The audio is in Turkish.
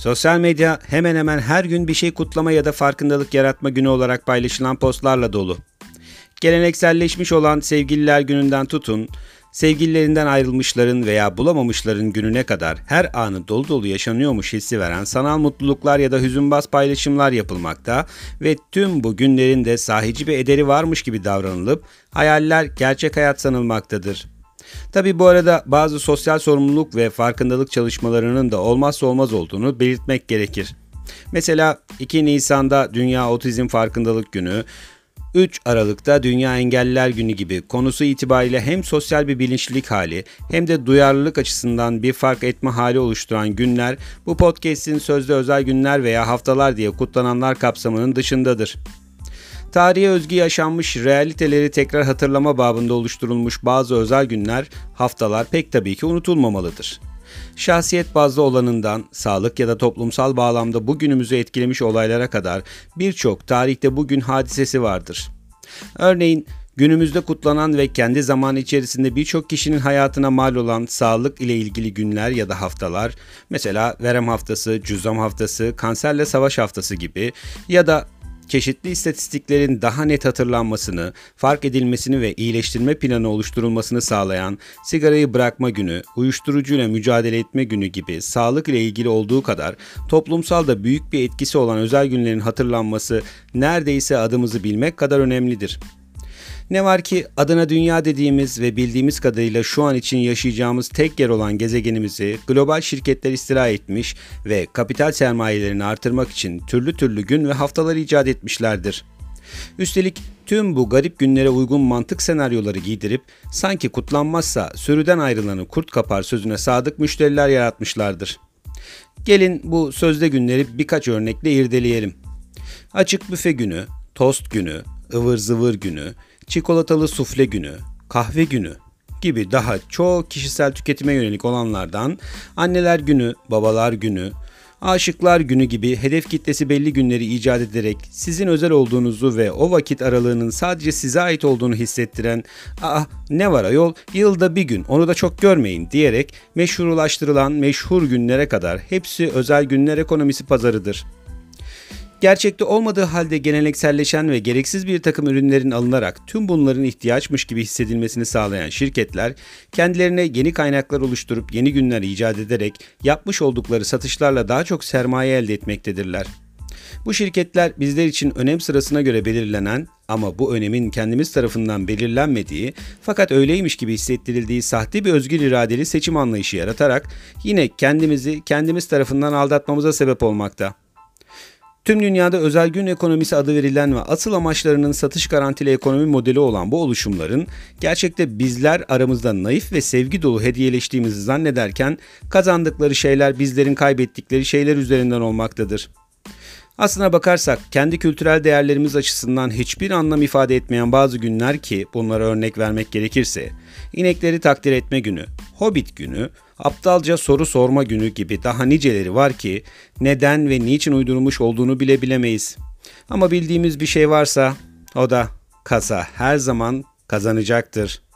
Sosyal medya hemen hemen her gün bir şey kutlama ya da farkındalık yaratma günü olarak paylaşılan postlarla dolu. Gelenekselleşmiş olan Sevgililer Günü'nden tutun, sevgililerinden ayrılmışların veya bulamamışların gününe kadar her anı dolu dolu yaşanıyormuş hissi veren sanal mutluluklar ya da hüzünbaz paylaşımlar yapılmakta ve tüm bu günlerin de sahici bir ederi varmış gibi davranılıp hayaller gerçek hayat sanılmaktadır. Tabi bu arada bazı sosyal sorumluluk ve farkındalık çalışmalarının da olmazsa olmaz olduğunu belirtmek gerekir. Mesela 2 Nisan'da Dünya Otizm Farkındalık Günü, 3 Aralık'ta Dünya Engelliler Günü gibi konusu itibariyle hem sosyal bir bilinçlilik hali hem de duyarlılık açısından bir fark etme hali oluşturan günler bu podcast'in sözde özel günler veya haftalar diye kutlananlar kapsamının dışındadır. Tarihe özgü yaşanmış realiteleri tekrar hatırlama babında oluşturulmuş bazı özel günler, haftalar pek tabii ki unutulmamalıdır. Şahsiyet bazlı olanından, sağlık ya da toplumsal bağlamda bugünümüzü etkilemiş olaylara kadar birçok tarihte bugün hadisesi vardır. Örneğin günümüzde kutlanan ve kendi zamanı içerisinde birçok kişinin hayatına mal olan sağlık ile ilgili günler ya da haftalar, mesela verem haftası, cüzzam haftası, kanserle savaş haftası gibi ya da çeşitli istatistiklerin daha net hatırlanmasını, fark edilmesini ve iyileştirme planı oluşturulmasını sağlayan sigarayı bırakma günü, uyuşturucuyla mücadele etme günü gibi sağlık ile ilgili olduğu kadar toplumsal da büyük bir etkisi olan özel günlerin hatırlanması neredeyse adımızı bilmek kadar önemlidir. Ne var ki adına dünya dediğimiz ve bildiğimiz kadarıyla şu an için yaşayacağımız tek yer olan gezegenimizi global şirketler istila etmiş ve kapital sermayelerini artırmak için türlü türlü gün ve haftalar icat etmişlerdir. Üstelik tüm bu garip günlere uygun mantık senaryoları giydirip sanki kutlanmazsa sürüden ayrılanı kurt kapar sözüne sadık müşteriler yaratmışlardır. Gelin bu sözde günleri birkaç örnekle irdeleyelim. Açık büfe günü, tost günü, ıvır zıvır günü, çikolatalı sufle günü, kahve günü gibi daha çok kişisel tüketime yönelik olanlardan anneler günü, babalar günü, aşıklar günü gibi hedef kitlesi belli günleri icat ederek sizin özel olduğunuzu ve o vakit aralığının sadece size ait olduğunu hissettiren ne var ayol yılda bir gün onu da çok görmeyin diyerek meşrulaştırılan meşhur günlere kadar hepsi özel günler ekonomisi pazarıdır. Gerçekte olmadığı halde gelenekselleşen ve gereksiz bir takım ürünlerin alınarak tüm bunların ihtiyaçmış gibi hissedilmesini sağlayan şirketler, kendilerine yeni kaynaklar oluşturup yeni günler icat ederek yapmış oldukları satışlarla daha çok sermaye elde etmektedirler. Bu şirketler bizler için önem sırasına göre belirlenen ama bu önemin kendimiz tarafından belirlenmediği fakat öyleymiş gibi hissettirildiği sahte bir özgür iradeli seçim anlayışı yaratarak yine kendimizi kendimiz tarafından aldatmamıza sebep olmakta. Tüm dünyada özel gün ekonomisi adı verilen ve asıl amaçlarının satış garantili ekonomi modeli olan bu oluşumların gerçekte bizler aramızda naif ve sevgi dolu hediyeleştiğimizi zannederken kazandıkları şeyler bizlerin kaybettikleri şeyler üzerinden olmaktadır. Aslına bakarsak kendi kültürel değerlerimiz açısından hiçbir anlam ifade etmeyen bazı günler ki bunlara örnek vermek gerekirse inekleri takdir etme günü, hobbit günü, aptalca soru sorma günü gibi daha niceleri var ki neden ve niçin uydurulmuş olduğunu bile bilemeyiz. Ama bildiğimiz bir şey varsa o da kasa her zaman kazanacaktır.